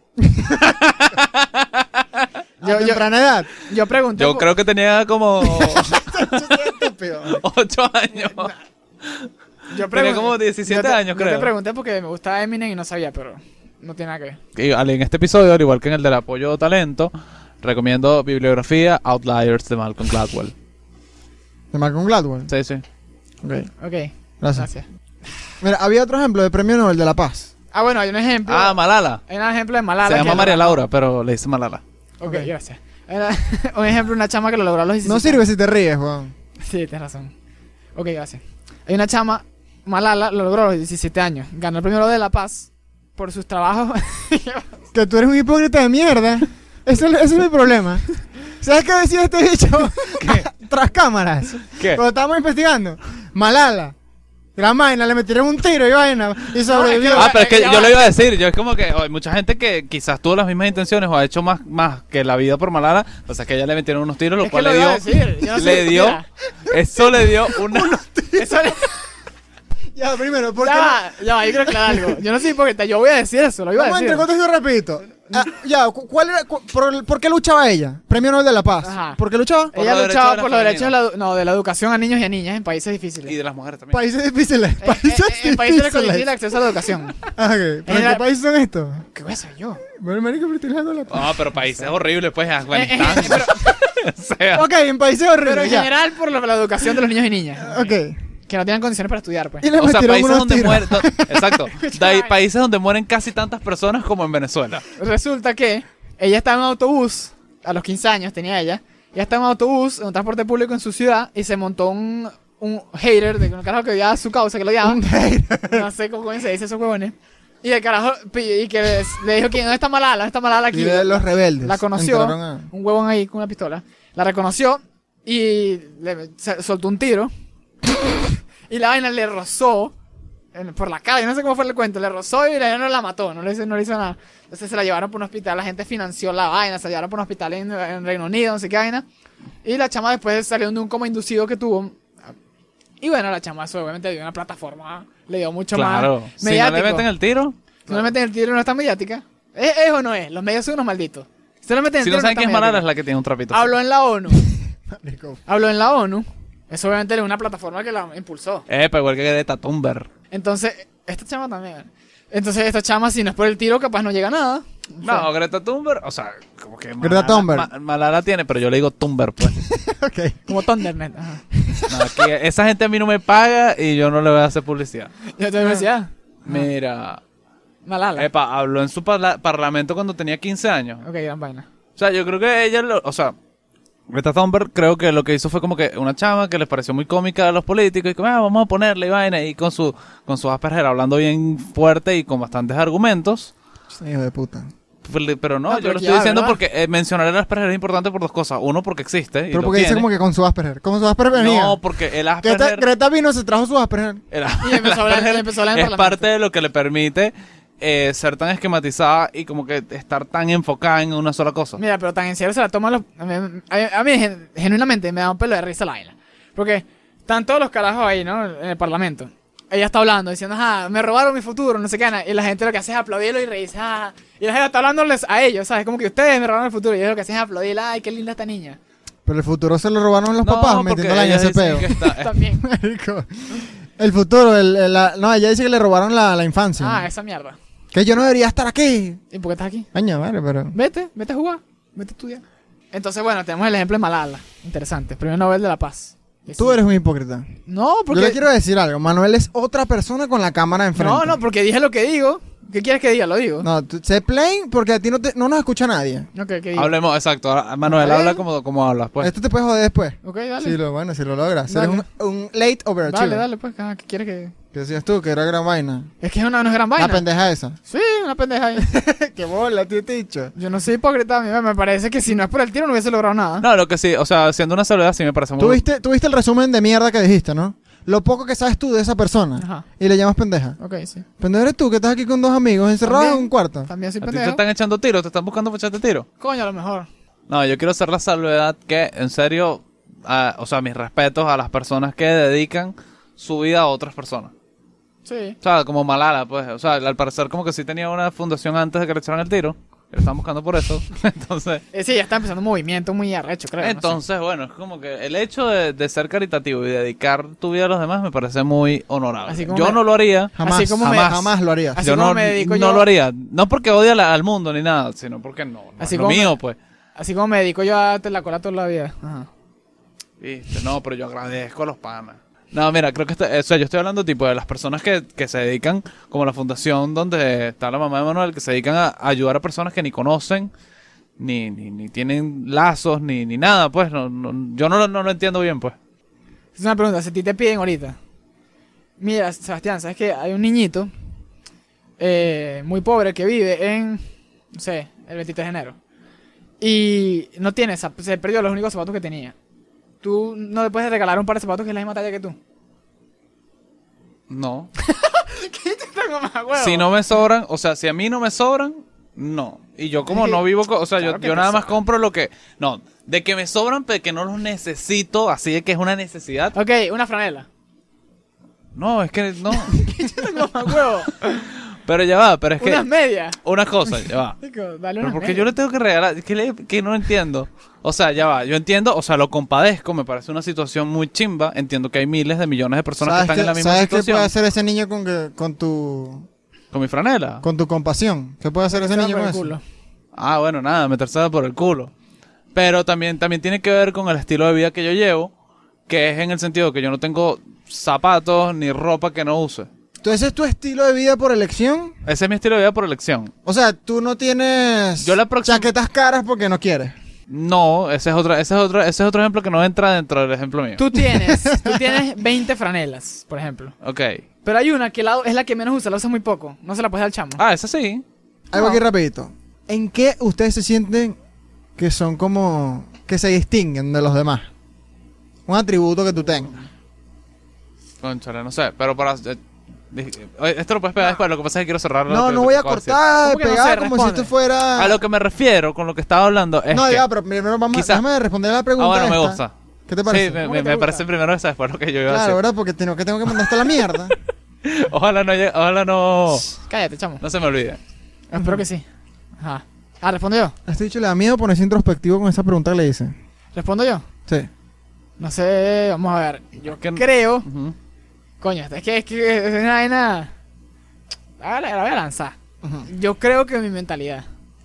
A temprana edad. Yo pregunté. Yo creo que tenía como Estúpido. 8 años. Yo tenía como 17 años, Yo creo. te pregunté porque me gustaba Eminem y no sabía, pero no tiene nada que ver. Y en este episodio, al igual que en el del apoyo talento, recomiendo bibliografía Outliers de Malcolm Gladwell. De Malcolm Gladwell. Sí, sí. Ok, Ok, gracias. gracias. Mira, había otro ejemplo de Premio Nobel de la Paz. Ah, bueno, hay un ejemplo. Ah, Malala. Hay un ejemplo de Malala. Se llama que María lo- Laura, pero le dice Malala. Ok, Ok. gracias. Era un ejemplo de una chama que lo logró a los 17 No sirve si te ríes, Juan. Sí, tienes razón. Ok, gracias. Hay una chama, Malala, lo logró a los 17 años. Ganó el premio Nobel de la Paz por sus trabajos. Que tú eres un hipócrita de mierda. Ese es mi problema. ¿Sabes qué decía este bicho? Tras cámaras. ¿Qué? Cuando estábamos investigando. Malala. Gran vaina, le metieron un tiro y vaina. Y sobrevivió. Ah, pero es que Ya yo va. lo iba a decir. Yo es como que hay mucha gente que quizás tuvo las mismas intenciones o ha hecho más que la vida por Malala. O sea, que ella le metieron unos tiros, lo Es que cual lo le iba dio. a decir. Yo no sé, Le dio. mira, Eso le dio una. eso le- Ya, primero, ¿por qué ya va, yo quiero aclarar algo. Yo no soy hipócrita, yo voy a decir eso, lo iba a Vamos decir. entre contexto y rapidito. ¿Cuál era, por qué luchaba ella? Premio Nobel de la Paz. Ajá. ¿Por qué luchaba? Por Ella los luchaba derechos por de los la derechos de la educación a niños y a niñas en países difíciles. Y de las mujeres también. Países difíciles. En países con difícil acceso a la educación. Ah, ok. ¿Pero en Ella- qué países son estos? ¿Qué voy a hacer yo? Bueno, marico, pero estoy dejando la paz. No, pero países horribles, pues, Afganistán. Pero, O sea, Ok, en países horribles. pero en ya. general por la educación de los niños y niñas. Ok. Que no tienen condiciones para estudiar, pues. Y le o sea, metieron países unos donde tiros. mueren. Exacto. Países donde mueren casi tantas personas como en Venezuela. Resulta que ella estaba en un autobús, a los 15 años tenía ella. Ella estaba en un autobús, en un transporte público en su ciudad, y se montó un hater de un carajo que odiaba su causa, que lo odiaba. No sé cómo se dice esos huevones. Y el carajo, y que le dijo que ¿dónde está Malala? ¿Dónde está Malala aquí? Y de los rebeldes. La conoció, Entraron a- un huevón ahí con una pistola. La reconoció y soltó un tiro. Y la vaina le rozó por la cara. Yo no sé cómo fue el cuento. Le rozó y la vaina no la mató. No le hizo nada. Entonces se la llevaron por un hospital. La gente financió la vaina. Se la llevaron por un hospital en Reino Unido, no sé qué vaina. Y la chama después salió de un coma inducido que tuvo. Y bueno, la chama eso obviamente dio una plataforma. Le dio mucho Claro. más Si no mediático. le meten el tiro, Si no le meten el tiro, no está mediática. ¿Es o no es? Los medios son unos malditos. Si no le meten el si tiro, no saben está quién es Malala, mediática. es la que tiene un trapito. Habló en la ONU. Marico. Habló en la ONU. Eso obviamente es una plataforma que la impulsó. Pero igual que Greta Thunberg. Entonces, esta chama también. Entonces, esta chama, si no es por el tiro, capaz no llega a nada. No, Greta Thunberg, o sea, como que Greta Thunberg. Malala tiene, pero yo le digo Thunberg, pues. Ok. Como Thundernet. Ajá. No, aquí esa gente a mí no me paga y yo no le voy a hacer publicidad. Yo te decía, Mira, Malala. habló en su parlamento cuando tenía 15 años. Ok, gran vaina. O sea, yo creo que ella, o sea, Greta Thunberg creo que lo que hizo fue como que una chama que les pareció muy cómica a los políticos y como, vamos a ponerle y vaina y con su Asperger hablando bien fuerte y con bastantes argumentos. Hijo de puta. Pero no, No, yo pero lo ya, estoy diciendo ¿verdad? porque mencionar el Asperger es importante por dos cosas. Uno, porque existe. Y Pero lo porque dice tiene. como que con su Asperger. Como su Asperger venía. No, porque el Greta, Asperger... Greta vino, se trajo su Asperger. Y empezó a hablar- Asperger empezó a hablar en es parlamento. parte de lo que le permite ser tan esquematizada y como que estar tan enfocada en una sola cosa. Mira, pero tan en serio se la toman los... A mí, genuinamente me da un pelo de risa la vaina. Porque están todos los carajos ahí, ¿no? En el parlamento. Ella está hablando, diciendo, me robaron mi futuro, no sé qué. Y la gente lo que hace es aplaudirlo y reírse. Y la gente está hablándoles a ellos, ¿sabes? Como que ustedes me robaron el futuro. Y ellos lo que hacen es aplaudir, ay, qué linda esta niña. Pero el futuro se lo robaron los No, papás porque metiéndola en ellas ese dicen peo. que está- También. Marico. El futuro, no, ella dice que le robaron la infancia. Esa mierda. Que yo no debería estar aquí. ¿Y por qué estás aquí? Coño, vale, pero... Vete a jugar, vete a estudiar. Entonces, bueno, tenemos el ejemplo de Malala. Interesante, Premio Nobel de la Paz. Tú eres un hipócrita. No, porque... Yo le quiero decir algo. Manuel es otra persona con la cámara enfrente. No, porque dije lo que digo. ¿Qué quieres que diga? Lo digo. No, sé plain porque a ti no nos escucha nadie. Ok, ¿qué digo? Hablemos, exacto. Ahora, Manuel, Ok. habla como hablas, pues. Esto te puedes joder después. Ok, dale. Si lo logras. Dale. Eres un late overachiever. Dale, pues. ¿Qué quieres que...? ¿Qué decías tú? Que era gran vaina. Es que no es gran vaina. La pendeja esa. Sí, una pendeja ahí. Qué bola, tío, te he dicho. Yo no soy hipócrita. A mí me parece que si no es por el tiro no hubiese logrado nada. No, lo que sí, o sea, siendo una salvedad sí me parece muy... Tuviste el resumen de mierda que dijiste, ¿no? Lo poco que sabes tú de esa persona. Ajá. Y le llamas pendeja. Ok, sí. Pendejo eres tú que estás aquí con dos amigos encerrados También. en un cuarto. También soy ¿A ti te pendejo. están echando tiros? ¿Te están buscando para echarte tiro? Coño, a lo mejor. No, yo quiero hacer la salvedad que, en serio, o sea, mis respetos a las personas que dedican su vida a otras personas. Sí. O sea, como Malala, pues. O sea, al parecer como que sí tenía una fundación antes de que le echaran el tiro. Que le estaban buscando por eso. Entonces... Sí, ya está empezando un movimiento muy arrecho, creo. no sé. Entonces, bueno, es como que el hecho de ser caritativo y dedicar tu vida a los demás me parece muy honorable. Así como Yo me- no lo haría. Jamás, Así como jamás lo harías. Así Yo como no, me dedico no yo- lo haría. No porque odie al mundo ni nada, sino porque no Así es lo como mío, me- pues. Así como me dedico yo a darte la cola toda la vida. Ajá. Viste, no, pero yo agradezco a los panas. No, mira, creo que o sea, yo estoy hablando tipo de las personas que se dedican, como la fundación donde está la mamá de Manuel, que se dedican a ayudar a personas que ni conocen, ni tienen lazos, ni nada, pues. Yo no lo entiendo bien, pues. Es una pregunta, si a ti te piden ahorita. Mira, Sebastián, ¿sabes qué? Hay un niñito muy pobre que vive en, no sé, el 23 de enero. Y no tiene, se perdió los únicos zapatos que tenía. Tú no le puedes regalar un par de zapatos que es la misma talla que tú. No. ¿Qué te tengo más huevo? Si no me sobran, o sea, si a mí no me sobran, no. Y yo como Es que- no vivo, o sea, claro que yo te nada más sobran. compro lo que... No, de que me sobran, pero que no los necesito, así de que es una necesidad. Ok, una franela. No, es que no. ¿Qué te tengo más huevo? Pero ya va, pero es que... Unas medias. Una cosa, ya va. Chico, dale Pero unas porque medias. yo le tengo que regalar, que no entiendo. O sea, ya va, yo entiendo, o sea, lo compadezco, me parece una situación muy chimba. Entiendo que hay miles de millones de personas que están en la misma ¿Sabes qué situación. puede hacer ese niño con Con mi franela. tu compasión? ¿Qué puede hacer ese Se va niño por con el eso? culo. Ah, bueno, nada, meterse por el culo. Pero también tiene que ver con el estilo de vida que yo llevo, que es en el sentido que yo no tengo zapatos ni ropa que no use. Entonces, ¿es tu estilo de vida por elección? Ese es mi estilo de vida por elección. O sea, tú no tienes Yo la próxima- chaquetas caras porque no quieres. No, ese es otro ejemplo que no entra dentro del ejemplo mío. Tú tienes 20 franelas, por ejemplo. Ok. Pero hay una que es la que menos usa, la usa muy poco. No se la puedes dar al chamo. Ah, esa sí. Algo No. aquí rapidito. ¿En qué ustedes se sienten que son como... que se distinguen de los demás? Un atributo que tú tengas. Cónchale, no sé, pero para... esto lo puedes pegar después, lo que pasa es que quiero cerrarlo. No, no voy a cortar, ¿Cómo que no pegar sé? como si Responde. esto fuera... A lo que me refiero con lo que estaba hablando es no, que... ya, pero primero déjame responder la pregunta. Ah, bueno, me esta. gusta. ¿Qué te parece? Sí, ¿Cómo que te me gusta? parece primero esa, después lo que yo iba a Claro, decir. ¿verdad? Porque tengo que mandarte la mierda. Ojalá no Cállate, chamo. se me olvide. Espero que sí. Ajá. Ah, ¿respondo yo? A este dicho le da miedo ponerse introspectivo con esa pregunta que le hice. ¿Respondo yo? Sí. No sé, vamos a ver. Yo Que- creo... Ujú. Coño, es que es una vaina... La voy a lanzar. Yo creo que mi mentalidad.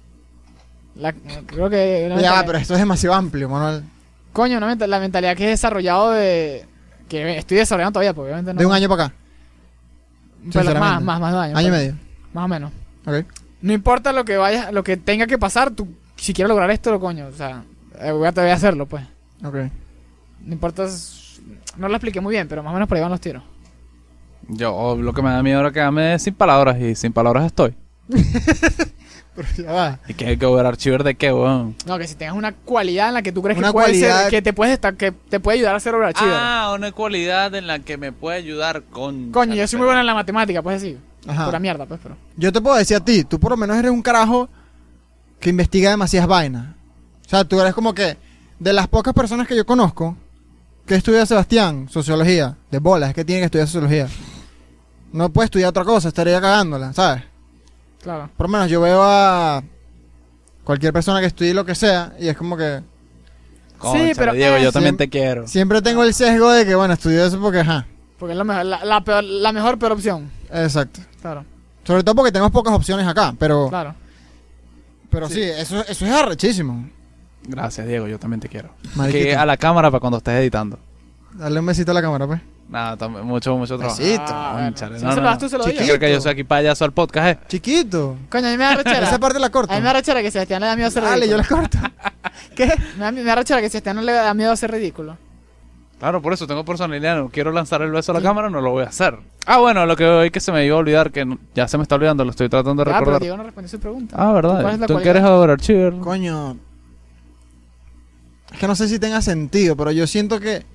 Creo que... una Ya, mentalidad- pero esto es demasiado amplio, Manuel. Coño, la mentalidad que he desarrollado de... Que estoy desarrollando todavía, porque obviamente no... De un año para acá. Pero sinceramente. más de un año. Año y pero- medio. Más o menos. Ok. No importa lo que tenga que pasar, tú, si quieres lograr esto, lo voy a hacerlo, pues. Ok. No importa, no lo expliqué muy bien, pero más o menos por ahí van los tiros. Yo lo que me da miedo ahora es quedarme sin palabras y sin palabras estoy. Pero ya va. ¿Y qué hay que ver archiver de qué, weón? No, que si tengas una cualidad en la que tú crees Una que puede cualidad- ser, que te puede ayudar a ser overachiever. Ah, una cualidad en la que me puede ayudar con... Coño, yo soy muy bueno en la matemática, pues decir. Ajá. Pura mierda, pues, pero. Yo te puedo decir a ti, tú por lo menos eres un carajo que investiga demasiadas vainas. O sea, tú eres como que de las pocas personas que yo conozco que estudia Sebastián, sociología, de bolas, es que tiene que estudiar sociología. No puede estudiar otra cosa, estaría cagándola, ¿sabes? Claro. Por lo menos yo veo a cualquier persona que estudie lo que sea y es como que Cónchale, Sí, pero, Diego, yo también siempre- te quiero. siempre tengo el sesgo de que, bueno, estudié eso porque, ajá, Porque es la mejor, la mejor, peor opción. exacto. Claro, Sobre todo porque tenemos pocas opciones acá, pero claro. sí, eso es arrechísimo. Gracias, Diego, yo también te quiero. Mariquita. Que a la cámara para cuando estés editando. Dale un besito a la cámara, pues. Nada, mucho trabajo. Besito. Bueno. Cónchale, Si no se lo das tú, se lo doy yo. Chiquito. Creo que yo soy aquí payaso al podcast, Chiquito. Coño, a mí me da rechera. Esa parte la corto. A mí me da rechera que Sebastián le da miedo a hacer Dale, yo ridículo. la corto. ¿Qué? Me da rechera que Sebastián no le da miedo a hacer ridículo. Claro, por eso tengo personalidad. No quiero lanzar el beso a la cámara, no lo voy a hacer. Ah, bueno, lo que hoy que se me iba a olvidar, que ya se me está olvidando, lo estoy tratando de Ah, pero recordar. Diego no respondió su pregunta. Ah, ¿Cuál es ¿verdad? la ¿Tú cualidad? quieres overachiever? Coño. Es que no sé si tenga sentido, pero yo siento que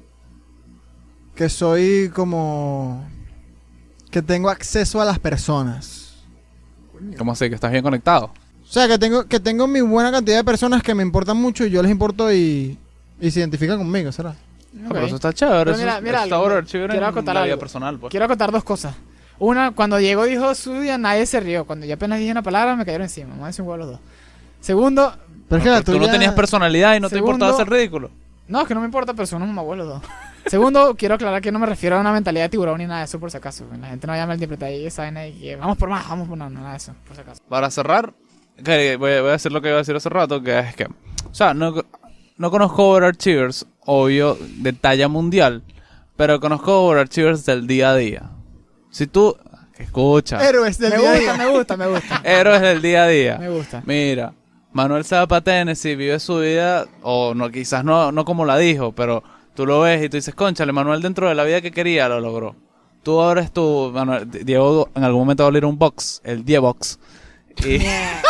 soy como que tengo acceso a las personas. ¿Cómo así? ¿Que estás bien conectado? O sea, que tengo mi buena cantidad de personas que me importan mucho y yo les importo y se identifican conmigo, ¿será? Ah, pero eso está chévere. Pero Eso mira está algo, overachiever quiero en acotar la vida algo. personal, pues. Quiero acotar dos cosas. Una, cuando Diego dijo su día, nadie se rió. Cuando yo apenas dije una palabra, me cayeron encima. Me un huevo los dos. Segundo, Pero es que la Tú no tuya- tenías personalidad y no te Segundo- importaba hacer ridículo. no, es que no me importa, pero son unos mamabuelos los dos. Segundo, quiero aclarar que no me refiero a una mentalidad de tiburón ni nada de eso, por si acaso. La gente no vaya a malinterpretar ahí esa vaina y que vamos por más, vamos por más, nada de eso, por si acaso. Para cerrar, voy a decir lo que iba a decir hace rato, que es que... O sea, no conozco overachievers, obvio, de talla mundial, pero conozco overachievers del día a día. Si tú... Escucha. Héroes del Me día a gusta, día. me gusta, me gusta. Héroes del día a día. Me gusta. Mira, Manuel se va para Tennessee, vive su vida, o no, quizás no como la dijo, pero tú lo ves y tú dices, cónchale, Manuel dentro de la vida que quería lo logró. tú abres tu... Bueno, Diego en algún momento va a abrir un box, el Diebox. Y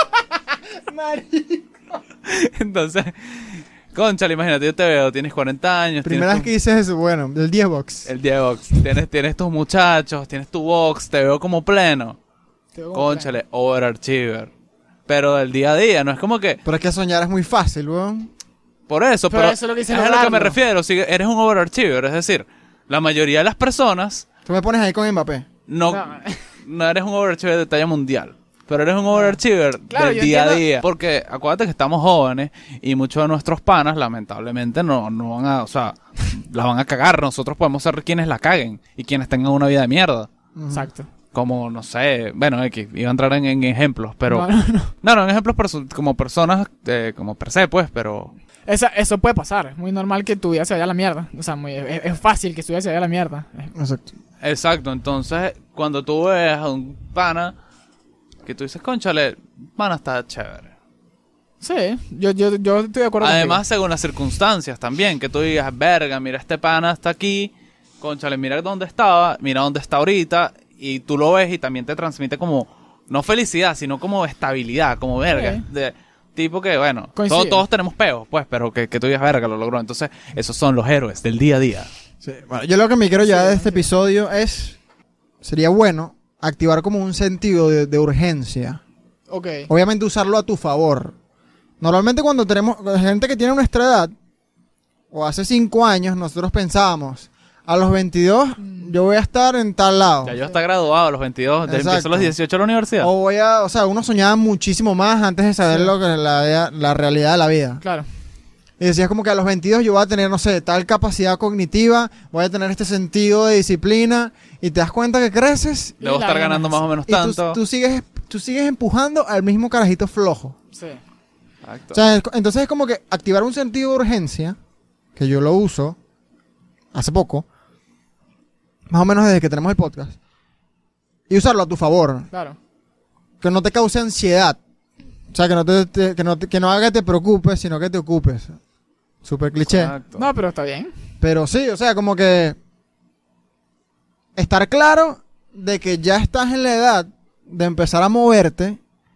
entonces, cónchale, imagínate, yo te veo, tienes 40 años. Primera vez que dices eso, bueno, del 10 box. El Diebox. Tienes tus muchachos, tienes tu box, te veo como pleno. Cónchale, overachiever. Pero del día a día, no es como que... Pero es que soñar es muy fácil, weón. Por eso, Pero pero eso es lo que dice a lo que lograrlo. me refiero. Si eres un overachiever, es decir, la mayoría de las personas Tú me pones ahí con Mbappé. no eres un overachiever de talla mundial. Pero eres un overachiever Claro, del yo día a entiendo. día. Porque acuérdate que estamos jóvenes y muchos de nuestros panas, lamentablemente, no van a... O sea, la van a cagar. Nosotros podemos ser quienes la caguen y quienes tengan una vida de mierda. Exacto. Como, no sé... Bueno, iba a entrar en ejemplos, pero... No. en ejemplos como personas, como per se, pues, pero... Eso puede pasar. Es muy normal que tu vida se vaya a la mierda. O sea, es fácil que tu vida se vaya a la mierda. Exacto. Exacto, entonces, cuando tú ves a un pana que tú dices, cónchale, pana está chévere. Sí, yo estoy de acuerdo Además, según las circunstancias también, que tú digas, verga, mira, este pana está aquí, cónchale, mira dónde estaba, mira dónde está ahorita, y tú lo ves y también te transmite como, no felicidad, sino como estabilidad, como verga. Sí. De tipo que, bueno, Coincide. todos tenemos peos, pues, pero que tú digas, verga, lo logró. Entonces, esos son los héroes del día a día. Sí. Bueno, yo lo que me quiero llevar de este episodio sería bueno activar como un sentido de urgencia. que... Ok. Obviamente usarlo a tu favor. Normalmente cuando tenemos gente que tiene nuestra edad, o hace 5 años, nosotros pensábamos, a los 22 yo voy a estar en tal lado. Ya yo está graduado a los 22, Exacto. empiezo a los 18 a la universidad. O sea, uno soñaba muchísimo más antes de saber Sí. lo que es la realidad de la vida. Claro. Y decías como que a los 22 yo voy a tener, no sé, tal capacidad cognitiva, voy a tener este sentido de disciplina, y te das cuenta que creces Debo Y estar la ganando ganas. más o menos y tanto. tú sigues empujando al mismo carajito flojo. Sí. Exacto. O sea, entonces es como que activar un sentido de urgencia, que yo lo uso hace poco, más o menos desde que tenemos el podcast, y usarlo a tu favor, Claro. que no te cause ansiedad. O sea, que no haga que te preocupes, sino que te ocupes. Súper cliché. Exacto. No, pero está bien. Pero sí, o sea, como que estar claro de que ya estás en la edad de empezar a moverte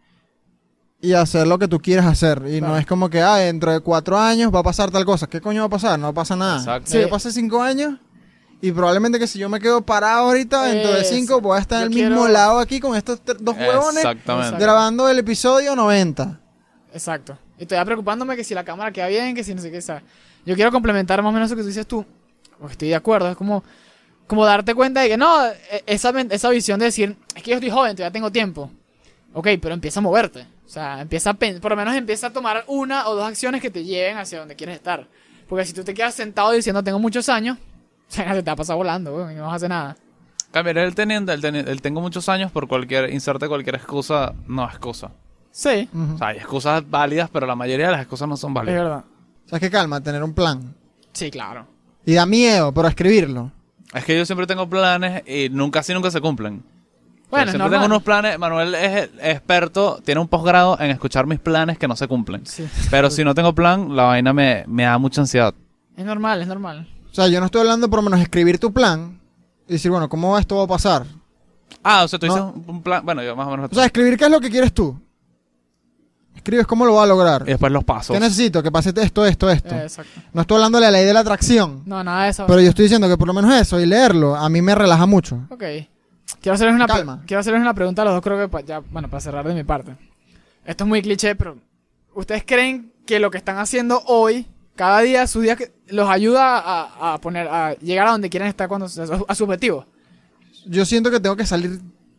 y hacer lo que tú quieres hacer. Y Claro. no es como que, dentro de 4 años va a pasar tal cosa. ¿Qué coño va a pasar? No pasa nada. Exacto. Ya Sí. Yo pasé 5 años y probablemente que si yo me quedo parado ahorita, dentro de 5 voy a estar en el Yo mismo quiero- lado aquí con estos 2 huevones Exactamente. grabando el episodio 90. Exacto. Y estoy preocupándome que si la cámara queda bien, que si no sé qué. O sea, yo quiero complementar más o menos eso que tú dices tú. Porque estoy de acuerdo. Es como darte cuenta de que no, esa visión de decir, es que yo estoy joven, todavía tengo tiempo. Ok, pero empieza a moverte. O sea, por lo menos empieza a tomar 1 o 2 acciones que te lleven hacia donde quieres estar. Porque si tú te quedas sentado diciendo tengo muchos años, o sea, se te va a pasar volando, weón, y no vas a hacer nada. Cambiar el tengo muchos años por inserte cualquier excusa, no excusa. Sí, Ujú. O sea, hay excusas válidas, pero la mayoría de las excusas no son es válidas. verdad. O sea, es que calma, tener un plan. Sí, claro. Y da miedo, pero escribirlo. Es que yo siempre tengo planes y nunca se cumplen. Bueno, Yo es siempre normal. tengo unos planes. Manuel es el experto, tiene un posgrado en escuchar mis planes que no se cumplen. Sí. Pero si no tengo plan, la vaina me da mucha ansiedad. Es normal, es normal. O sea, yo no estoy hablando por lo menos de escribir tu plan y decir, bueno, ¿cómo esto va a pasar? O sea, tú No. dices un plan. Bueno, yo más o menos. O sea, escribir qué es lo que quieres tú. Escribes cómo lo vas a lograr. Y después los pasos. ¿Qué necesito? Que pase esto. Exacto. No estoy hablando de la ley de la atracción. No, nada de eso. Pero yo estoy diciendo que por lo menos eso y leerlo a mí me relaja mucho. Ok. Quiero hacerles Calma. una pregunta a los dos, creo que para cerrar de mi parte. Esto es muy cliché, pero ¿ustedes creen que lo que están haciendo hoy, cada día, sus días, los ayuda a llegar a donde quieren estar a su objetivo? Yo siento que tengo que salir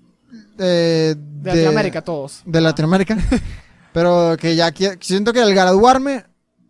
de Latinoamérica, todos. De Latinoamérica. Pero que siento que al graduarme,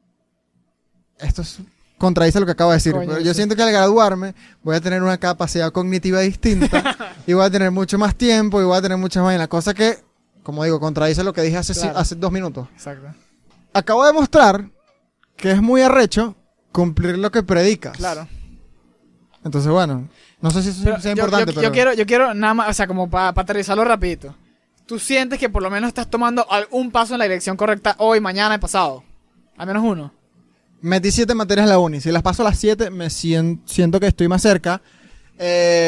contradice lo que acabo de decir. Coño, pero yo sí. siento que al graduarme voy a tener una capacidad cognitiva distinta y voy a tener mucho más tiempo y voy a tener muchas vainas. Cosa que, como digo, contradice lo que dije Claro. hace 2 minutos. Exacto. Acabo de mostrar que es muy arrecho cumplir lo que predicas. Claro. Entonces, bueno, no sé si eso Pero sea importante, pero... yo quiero nada más, o sea, como para aterrizarlo rapidito. ¿Tú sientes que por lo menos estás tomando algún paso en la dirección correcta hoy, mañana y pasado? Al menos uno. Metí 7 materias en la uni. Si las paso a las 7, me siento que estoy más cerca.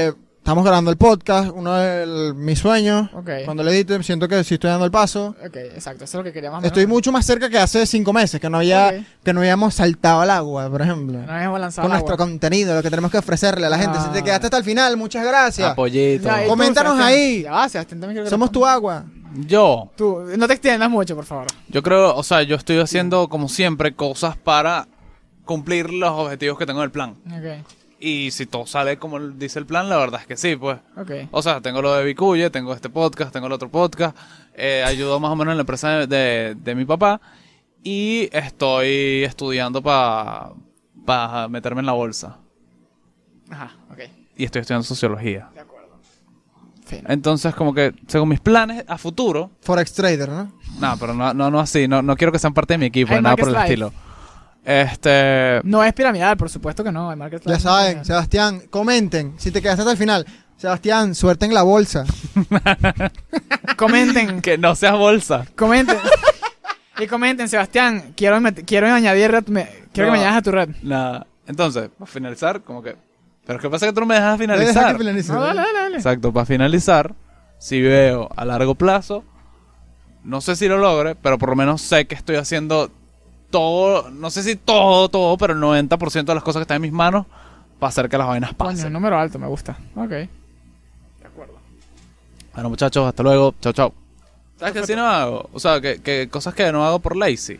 estamos grabando el podcast, uno de mis sueños. Ok. Cuando lo edite, siento que sí estoy dando el paso. Ok, exacto. Eso es lo que queríamos. Estoy mucho más cerca que hace 5 meses, que no habíamos saltado al agua, por ejemplo. No habíamos lanzado Con al nuestro agua. contenido, lo que tenemos que ofrecerle a la gente. Si te Ah. quedaste hasta el final, muchas gracias. Apoyito. Ya, ¿y tú, Coméntanos Sebastián? ahí. Ya va, Sebastián, también quiero que Somos tu agua. Yo Tú, no te extiendas mucho, por favor. creo, o sea, yo estoy haciendo como siempre cosas para cumplir los objetivos que tengo en el plan. Ok, Y si todo sale como dice el plan, la verdad es que sí, pues. ok. O sea, tengo lo de Vicuye, tengo este podcast, tengo el otro podcast. Ayudo más o menos en la empresa de mi papá. Y estoy estudiando para meterme en la bolsa. Ajá, ok. Y estoy estudiando sociología. De acuerdo. Fino. Entonces, como que, según mis planes a futuro... Forex trader, ¿no? No, pero no así. No quiero que sean parte de mi equipo, Hay nada por el Markets estilo. No es piramidal, por supuesto que no. Hay Market Ya Life. saben, Sebastián, comenten. Si te quedaste hasta el final, Sebastián, suerte en la bolsa. Comenten, Que no seas bolsa. comenten. Y comenten, Sebastián, quiero añadir quiero que me añadas a tu red. Nada. Entonces, para finalizar, como que... Pero ¿qué pasa que tú no me dejas Deja finalizar? que finalice. No, dale. Exacto, para finalizar, si veo a largo plazo, no sé si lo logre, pero por lo menos sé que estoy haciendo todo, no sé si todo, pero el 90% de las cosas que están en mis manos para hacer que las vainas Coño, pasen. número alto, me gusta. Ok. De acuerdo. Bueno, muchachos, hasta luego. Chao, chao. ¿Sabes qué Perfecto. sí no hago? O sea, que cosas que no hago por lazy.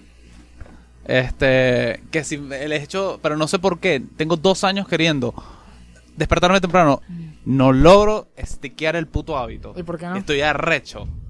Que si el hecho, pero no sé por qué, tengo 2 años queriendo despertarme temprano, no logro estiquear el puto hábito. ¿Y por qué no? Estoy arrecho.